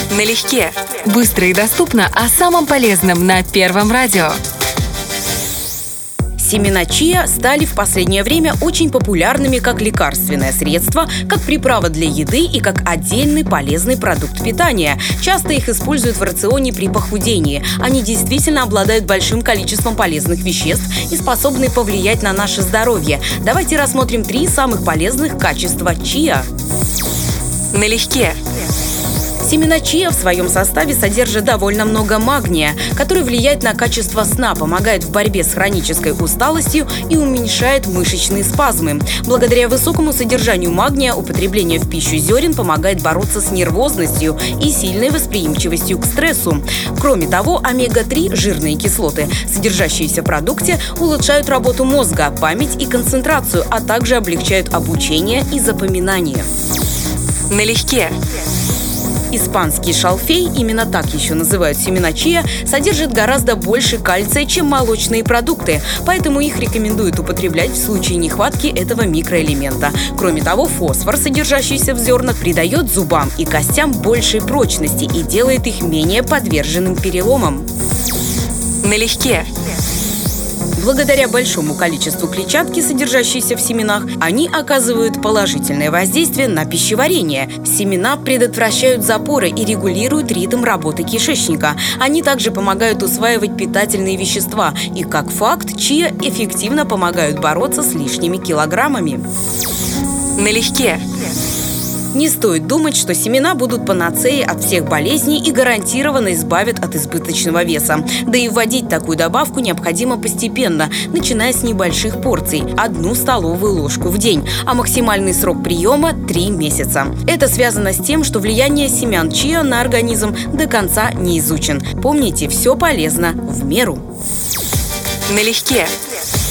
Налегке. Быстро и доступно о самом полезном на Первом радио. Семена чиа стали в последнее время очень популярными как лекарственное средство, как приправа для еды и как отдельный полезный продукт питания. Часто их используют в рационе при похудении. Они действительно обладают большим количеством полезных веществ и способны повлиять на наше здоровье. Давайте рассмотрим 3 самых полезных качества чиа. Налегке. Семена чиа в своем составе содержат довольно много магния, который влияет на качество сна, помогает в борьбе с хронической усталостью и уменьшает мышечные спазмы. Благодаря высокому содержанию магния употребление в пищу зерен помогает бороться с нервозностью и сильной восприимчивостью к стрессу. Кроме того, омега-3 – жирные кислоты, содержащиеся в продукте, улучшают работу мозга, память и концентрацию, а также облегчают обучение и запоминание. Налегке. Испанский шалфей, именно так еще называют семена чиа, содержит гораздо больше кальция, чем молочные продукты, поэтому их рекомендуют употреблять в случае нехватки этого микроэлемента. Кроме того, фосфор, содержащийся в зернах, придает зубам и костям большей прочности и делает их менее подверженным переломам. Налегке. Благодаря большому количеству клетчатки, содержащейся в семенах, они оказывают положительное воздействие на пищеварение. Семена предотвращают запоры и регулируют ритм работы кишечника. Они также помогают усваивать питательные вещества. И, как факт, чиа эффективно помогают бороться с лишними килограммами. Налегке. Не стоит думать, что семена будут панацеей от всех болезней и гарантированно избавят от избыточного веса. Да и вводить такую добавку необходимо постепенно, начиная с небольших порций – 1 столовую ложку в день, а максимальный срок приема – 3 месяца. Это связано с тем, что влияние семян чиа на организм до конца не изучен. Помните, все полезно в меру. Налегке.